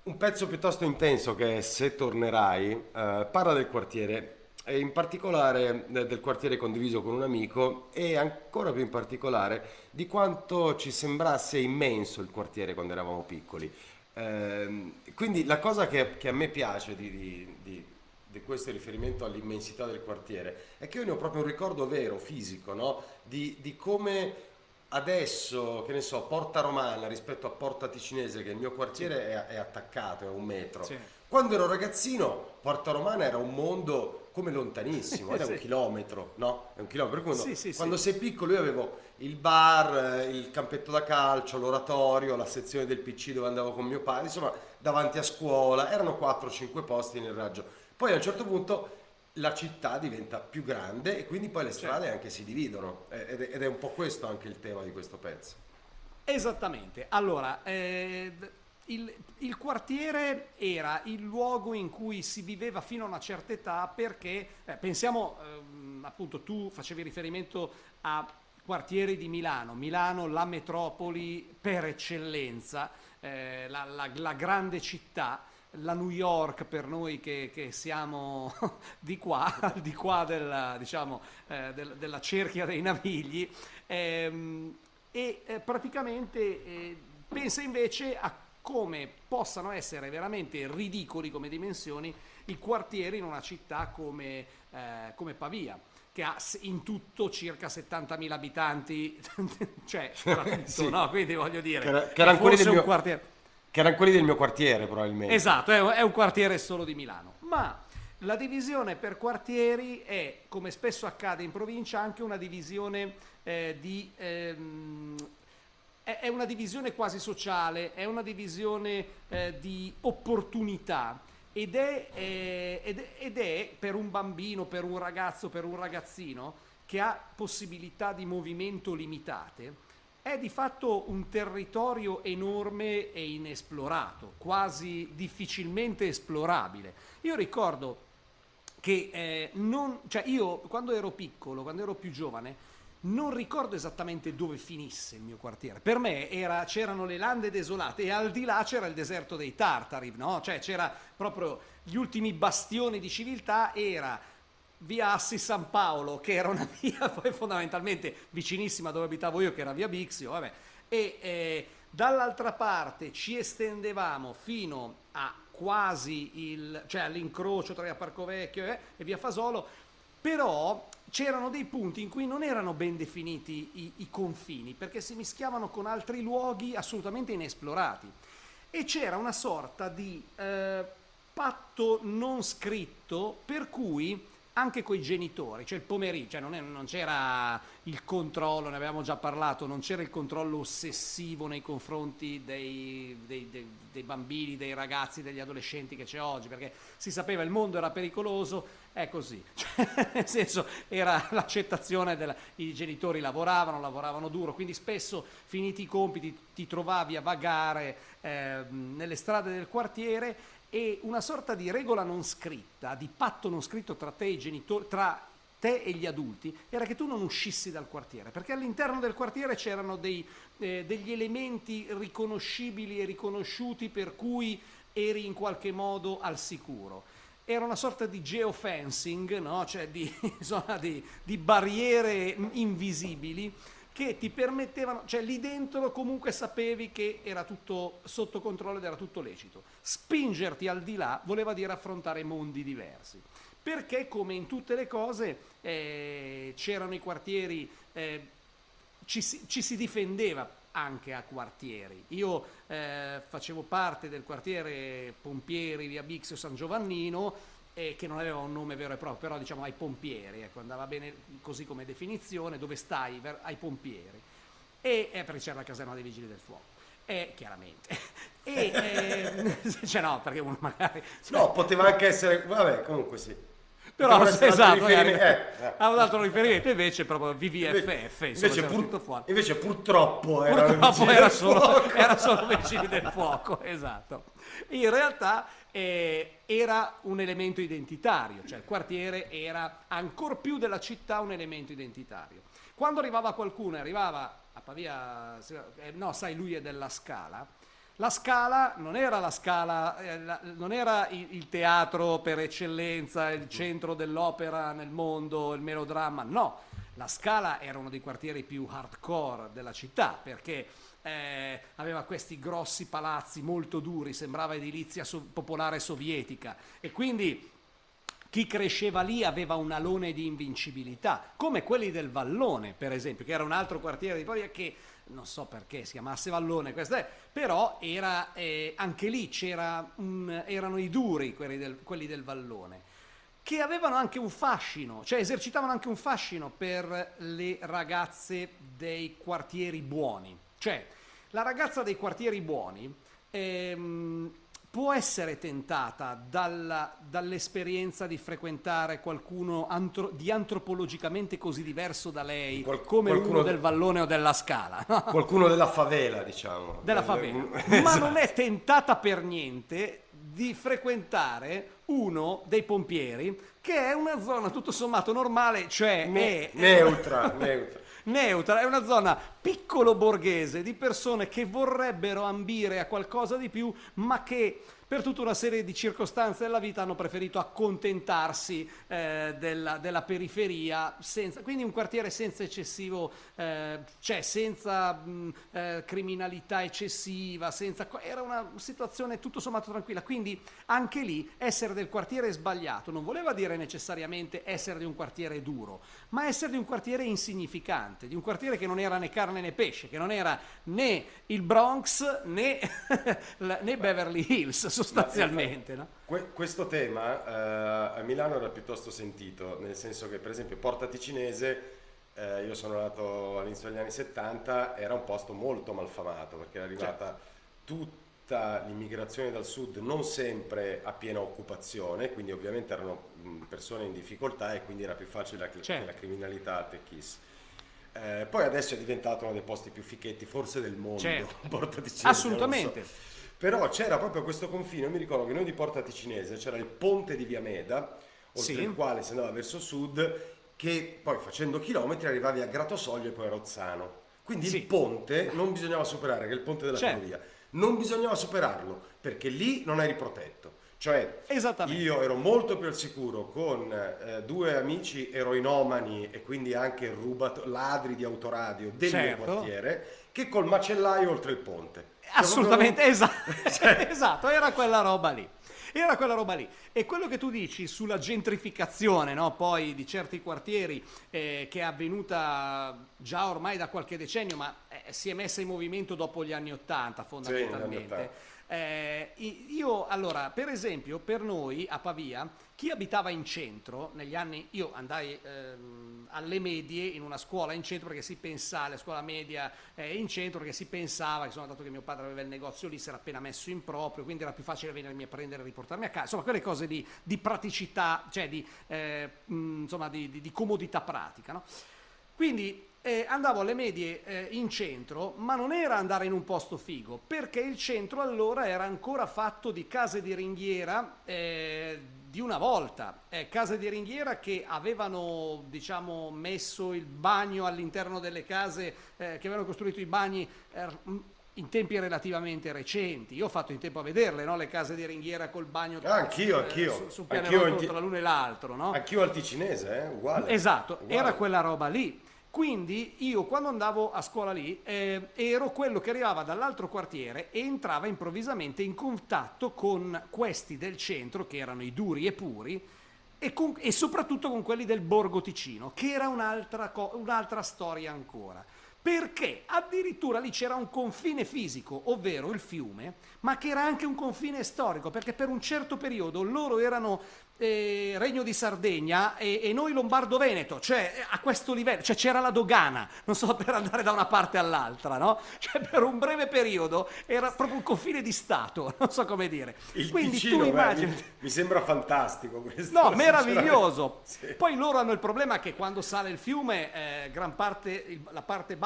Un pezzo piuttosto intenso che è Se tornerai, parla del quartiere e in particolare del quartiere condiviso con un amico e ancora più in particolare di quanto ci sembrasse immenso il quartiere quando eravamo piccoli. Quindi la cosa che a me piace di questo riferimento all'immensità del quartiere è che io ne ho proprio un ricordo vero, fisico, no? Di come adesso, che ne so, Porta Romana rispetto a Porta Ticinese, che il mio Sì, quartiere è attaccato, è 1 metro. sì. Quando ero ragazzino, Porta Romana era un mondo come lontanissimo, ed è un Sì, chilometro, no? È un chilometro. Per cui sì, sì, quando sì. sei piccolo io avevo il bar, il campetto da calcio, l'oratorio, la sezione del PC dove andavo con mio padre, insomma, davanti a scuola, erano 4-5 posti nel raggio. Poi a un certo punto la città diventa più grande e quindi poi le strade Certo. anche si dividono ed è un po' questo anche il tema di questo pezzo. Esattamente. Allora, il quartiere era il luogo in cui si viveva fino a una certa età perché, pensiamo, appunto, tu facevi riferimento a quartieri di Milano, Milano la metropoli per eccellenza, la grande città, la New York per noi che siamo di qua, di qua della, diciamo, della cerchia dei Navigli. ehm, praticamente pensa invece a come possano essere veramente ridicoli come dimensioni i quartieri in una città come Pavia, che ha in tutto circa 70.000 abitanti, cioè tra tutto, Sì, no? Quindi voglio che, dire, che è erano quelli forse un quartiere. che erano quelli del mio quartiere probabilmente. Esatto, è un quartiere solo di Milano, ma la divisione per quartieri è, come spesso accade in provincia, anche una divisione è una divisione quasi sociale, è una divisione di opportunità ed è per un bambino, per un ragazzo, per un ragazzino che ha possibilità di movimento limitate, è di fatto un territorio enorme e inesplorato, quasi difficilmente esplorabile. Io ricordo che cioè io quando ero piccolo, quando ero più giovane, non ricordo esattamente dove finisse il mio quartiere. Per me c'erano le lande desolate e al di là c'era il deserto dei Tartari, no? Cioè c'era proprio gli ultimi bastioni di civiltà, era via Assi San Paolo, che era una via poi fondamentalmente vicinissima dove abitavo io, che era via Bixio, vabbè. E dall'altra parte ci estendevamo fino a quasi cioè all'incrocio tra via Parco Vecchio e via Fasolo, però c'erano dei punti in cui non erano ben definiti i confini, perché si mischiavano con altri luoghi assolutamente inesplorati. E c'era una sorta di patto non scritto per cui anche coi genitori, cioè il pomeriggio, cioè non c'era il controllo, ne avevamo già parlato, non c'era il controllo ossessivo nei confronti dei bambini, dei ragazzi, degli adolescenti che c'è oggi, perché si sapeva il mondo era pericoloso, è così, cioè, nel senso era l'accettazione i genitori lavoravano duro, quindi spesso finiti i compiti ti trovavi a vagare nelle strade del quartiere e una sorta di regola non scritta, di patto non scritto tra te e i genitori, tra te e gli adulti, era che tu non uscissi dal quartiere, perché all'interno del quartiere c'erano degli elementi riconoscibili e riconosciuti per cui eri in qualche modo al sicuro. Era una sorta di geofencing, no? Cioè insomma, di barriere invisibili che ti permettevano, cioè lì dentro comunque sapevi che era tutto sotto controllo ed era tutto lecito. Spingerti al di là voleva dire affrontare mondi diversi. Perché come in tutte le cose c'erano i quartieri, ci si difendeva anche a quartieri. Io facevo parte del quartiere Pompieri, via Bixio San Giovannino, che non aveva un nome vero e proprio, però diciamo ai pompieri, ecco, andava bene così come definizione, dove stai ai pompieri, perché c'era la caserma dei vigili del fuoco, chiaramente, cioè no, perché uno magari, cioè, No, poteva anche essere, vabbè, comunque sì. però Potevano essere altri esatto, riferimenti. ha un altro riferimento, invece proprio Invece, VVFF, insomma invece c'era scritto fuori. purtroppo erano i Purtroppo vigili del fuoco. era solo vigili del fuoco, esatto. In realtà era un elemento identitario, cioè il quartiere era ancor più della città un elemento identitario. Quando arrivava qualcuno, arrivava a Pavia, no, sai, lui è della Scala, La Scala non era la Scala, non era il teatro per eccellenza, il centro dell'opera nel mondo, il melodramma, no. La Scala era uno dei quartieri più hardcore della città, perché aveva questi grossi palazzi molto duri, sembrava edilizia popolare sovietica, e quindi chi cresceva lì aveva un alone di invincibilità, come quelli del Vallone, per esempio, che era un altro quartiere di Pavia che non so perché si chiamasse Vallone, però era, anche lì erano i duri quelli del Vallone, che avevano anche un fascino, cioè esercitavano anche un fascino per le ragazze dei quartieri buoni. Cioè, la ragazza dei quartieri buoni può essere tentata dall'esperienza di frequentare qualcuno di antropologicamente così diverso da lei, come uno del Vallone o della Scala. Qualcuno della favela, diciamo. Della favela. Esatto. Ma non è tentata per niente di frequentare uno dei pompieri, che è una zona tutto sommato normale, cioè neutra. Neutra, è una zona piccolo borghese di persone che vorrebbero ambire a qualcosa di più, ma che per tutta una serie di circostanze della vita hanno preferito accontentarsi della periferia, quindi un quartiere senza eccessivo, cioè senza criminalità eccessiva, era una situazione tutto sommato tranquilla. Quindi anche lì essere del quartiere sbagliato non voleva dire necessariamente essere di un quartiere duro, ma essere di un quartiere insignificante, di un quartiere che non era né carne né pesce, che non era né il Bronx né Beverly Hills, sostanzialmente. No? Questo tema a Milano era piuttosto sentito, nel senso che per esempio Porta Ticinese, io sono nato all'inizio degli anni 70, era un posto molto malfamato perché era arrivata tutta l'immigrazione dal sud, non sempre a piena occupazione, quindi ovviamente erano persone in difficoltà e quindi era più facile che la criminalità attecchisse. Poi adesso è diventato uno dei posti più fichetti forse del mondo, Porta Ticinese. Assolutamente. Però c'era proprio questo confine, io mi ricordo che noi di Porta Ticinese c'era il ponte di Via Meda, oltre il quale si andava verso sud, che poi facendo chilometri arrivavi a Gratosoglio e poi a Rozzano. Quindi il ponte non bisognava superare, che è il ponte della ferrovia, non bisognava superarlo, perché lì non eri protetto. Cioè, io ero molto più al sicuro con due amici eroinomani e quindi anche ladri di autoradio del mio quartiere, che col macellaio oltre il ponte. Assolutamente, esatto, era quella roba lì. E quello che tu dici sulla gentrificazione, no? Poi di certi quartieri, che è avvenuta già ormai da qualche decennio, ma si è messa in movimento dopo gli anni '80 fondamentalmente. Io allora, per esempio, per noi a Pavia, chi abitava in centro negli anni, io andai alle medie in una scuola in centro perché si pensava, la scuola media in centro perché si pensava, dato che mio padre aveva il negozio lì, si era appena messo in proprio, quindi era più facile venirmi a prendere e riportarmi a casa, insomma quelle cose di praticità, cioè di comodità pratica, no? Quindi andavo alle medie in centro, ma non era andare in un posto figo, perché il centro allora era ancora fatto di case di ringhiera di una volta, case di ringhiera che avevano, diciamo, messo il bagno all'interno delle case, che avevano costruito i bagni in tempi relativamente recenti. Io ho fatto in tempo a vederle, no? Le case di ringhiera col bagno anch'io sul pianerottolo tra l'uno e l'altro, no? Anch'io al Ticinese, uguale. Esatto, uguale. Era quella roba lì. Quindi io quando andavo a scuola lì ero quello che arrivava dall'altro quartiere e entrava improvvisamente in contatto con questi del centro, che erano i duri e puri, e soprattutto con quelli del Borgo Ticino, che era un'altra storia ancora. Perché addirittura lì c'era un confine fisico, ovvero il fiume, ma che era anche un confine storico, perché per un certo periodo loro erano Regno di Sardegna e noi Lombardo-Veneto, cioè a questo livello, cioè c'era la dogana, non so, per andare da una parte all'altra, no? Cioè per un breve periodo era proprio un confine di Stato, non so come dire. Il Quindi Ticino, tu immagini... mi sembra fantastico questo. No, meraviglioso. Sì. Poi loro hanno il problema che quando sale il fiume, la parte bassa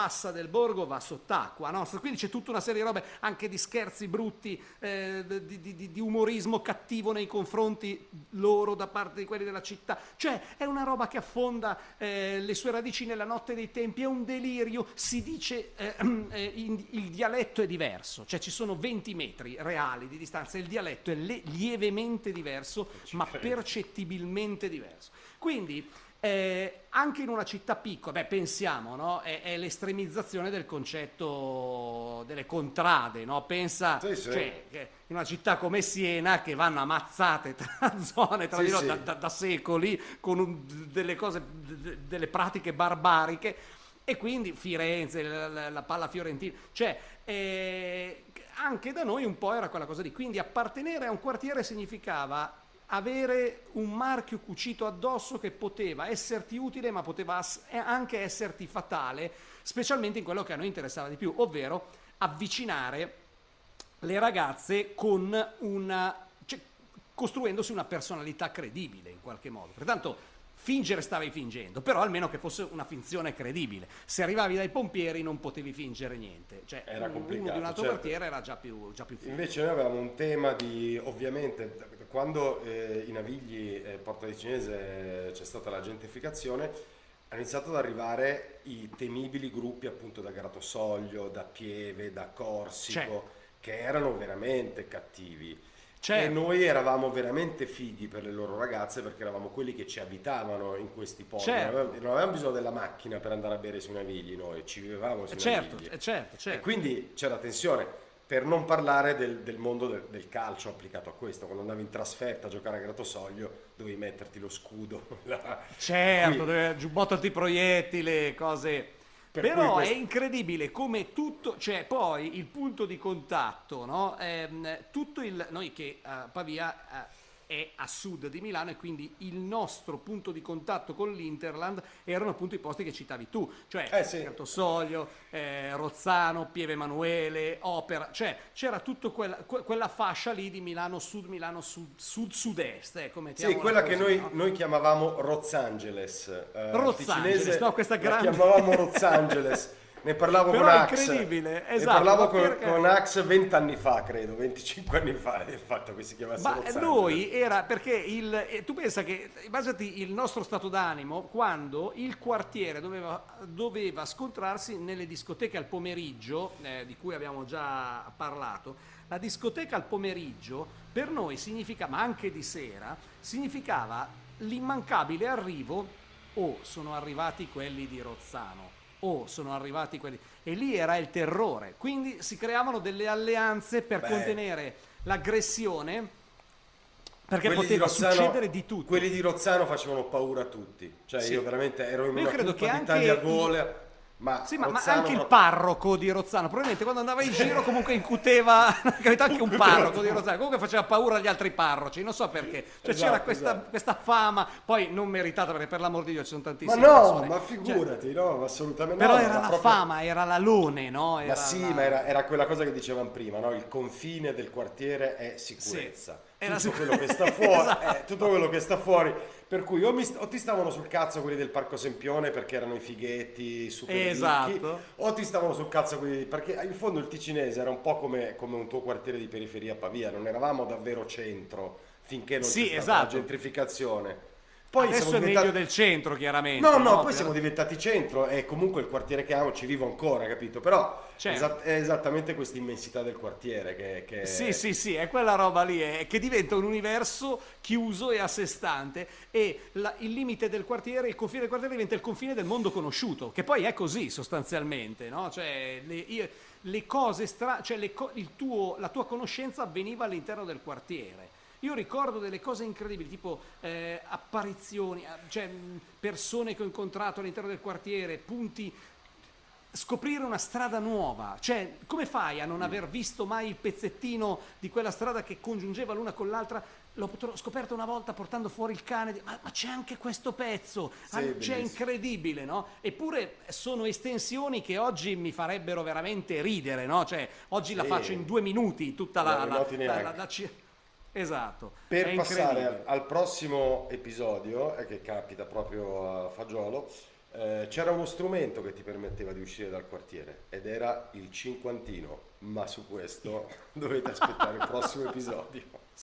bassa del borgo va sott'acqua, no? Quindi c'è tutta una serie di robe, anche di scherzi brutti, di umorismo cattivo nei confronti loro da parte di quelli della città. Cioè è una roba che affonda le sue radici nella notte dei tempi, è un delirio. Si dice il dialetto è diverso, cioè ci sono 20 metri reali di distanza, il dialetto è lievemente diverso, ma percettibilmente diverso. Quindi anche in una città piccola, pensiamo, no? È l'estremizzazione del concetto delle contrade, no? Pensa, Sì, sì. cioè, che in una città come Siena, che vanno ammazzate tra zone, tra Sì, di loro, sì. da secoli, con delle cose, delle pratiche barbariche, e quindi Firenze, la palla fiorentina, cioè anche da noi un po' era quella cosa lì. Quindi appartenere a un quartiere significava avere un marchio cucito addosso che poteva esserti utile, ma poteva anche esserti fatale, specialmente in quello che a noi interessava di più, ovvero avvicinare le ragazze con cioè, costruendosi una personalità credibile in qualche modo. Pertanto fingere stavi fingendo, però almeno che fosse una finzione credibile. Se arrivavi dai pompieri non potevi fingere niente, cioè Era complicato, uno di un altro certo. quartiere era già più figo. Invece noi avevamo un tema di, ovviamente, quando in Navigli, Porta di Cinese, c'è stata la gentrificazione, hanno iniziato ad arrivare i temibili gruppi appunto da Grattosoglio, da Pieve, da Corsico, Certo. che erano veramente cattivi. E Certo. noi eravamo veramente fighi per le loro ragazze perché eravamo quelli che ci abitavano in questi posti. Certo. Non avevamo bisogno della macchina per andare a bere sui Navigli, noi ci vivevamo sui Certo, Navigli. certo. E quindi c'era tensione, per non parlare del mondo del calcio applicato a questo. Quando andavi in trasferta a giocare a Grattosoglio dovevi metterti lo scudo. Certo, Qui- giubbotto antiproiettile, cose. Per Però cui è incredibile come tutto, cioè poi il punto di contatto, no? Noi che Pavia è a sud di Milano e quindi il nostro punto di contatto con l'Interland erano appunto i posti che citavi tu, cioè sì. Camposoglio, Rozzano, Pieve Emanuele, Opera, cioè c'era tutta quella fascia lì di Milano sud-sud-est, Sì, mettiamola quella che così, no? noi chiamavamo Rozzangeles. Rozzangeles, no? Questa la grande... chiamavamo Rozzangeles. Ne parlavo Però con è Ax. incredibile, Ne esatto, parlavo ma con, perché? con Ax 20 anni fa, credo, 25 anni fa, il fatto che si chiamasse Ma Rozzangeles. noi era perché tu pensa che, immaginati il nostro stato d'animo quando il quartiere doveva scontrarsi nelle discoteche al pomeriggio, di cui abbiamo già parlato. La discoteca al pomeriggio per noi significa, ma anche di sera, significava l'immancabile arrivo, sono arrivati quelli di Rozzano, sono arrivati quelli... E lì era il terrore, quindi si creavano delle alleanze per contenere l'aggressione, perché Quelli poteva di Rozzano- succedere di tutto. Quelli di Rozzano facevano paura a tutti. Cioè Sì. io veramente ero in Io una credo cuppa che di anche tagliagole. Ma Sì, ma Rozzano anche il proprio- parroco di Rozzano, probabilmente quando andava in giro comunque incuteva, capito, anche un parroco di Rozzano, comunque faceva paura agli altri parroci, non so perché, cioè Esatto, c'era esatto. questa fama, poi non meritata perché per l'amor di Dio ci sono Ma tantissime no, persone. ma Cioè, figurati, no, assolutamente però no. era la proprio- fama, era l'alone, no? Ma sì, ma era quella cosa che dicevamo prima, no? Il confine del quartiere è sicurezza. Sì, era Tutto sicurezza. quello che sta fuori, Esatto. tutto quello che sta fuori. Per cui o ti stavano sul cazzo quelli del Parco Sempione perché erano i fighetti super ricchi, Esatto. o ti stavano sul cazzo quelli perché in fondo il Ticinese era un po' come un tuo quartiere di periferia a Pavia, non eravamo davvero centro finché non Sì, c'è stata la esatto. gentrificazione. Poi Adesso siamo è diventati- meglio del centro, chiaramente. No, poi Per- siamo diventati centro e comunque il quartiere che amo ci vivo ancora, capito? Però Certo. è esattamente questa immensità del quartiere che Sì, è quella roba lì, che diventa un universo chiuso e a sé stante e il limite del quartiere, il confine del quartiere diventa il confine del mondo conosciuto, che poi è così sostanzialmente, no? Cioè le cose cioè la tua conoscenza avveniva all'interno del quartiere. Io ricordo delle cose incredibili, tipo apparizioni, cioè persone che ho incontrato all'interno del quartiere, punti, scoprire una strada nuova, cioè come fai a non aver visto mai il pezzettino di quella strada che congiungeva l'una con l'altra? L'ho scoperto una volta portando fuori il cane, ma c'è anche questo pezzo, c'è bellissimo. incredibile, no? Eppure sono estensioni che oggi mi farebbero veramente ridere, no? Cioè oggi la Sì. faccio in 2 minuti, tutta Non le noti neanche. Esatto. Per è passare incredibile. al prossimo episodio, che capita proprio a fagiolo, C'era uno strumento che ti permetteva di uscire dal quartiere ed era il cinquantino, ma su questo dovete aspettare il prossimo episodio.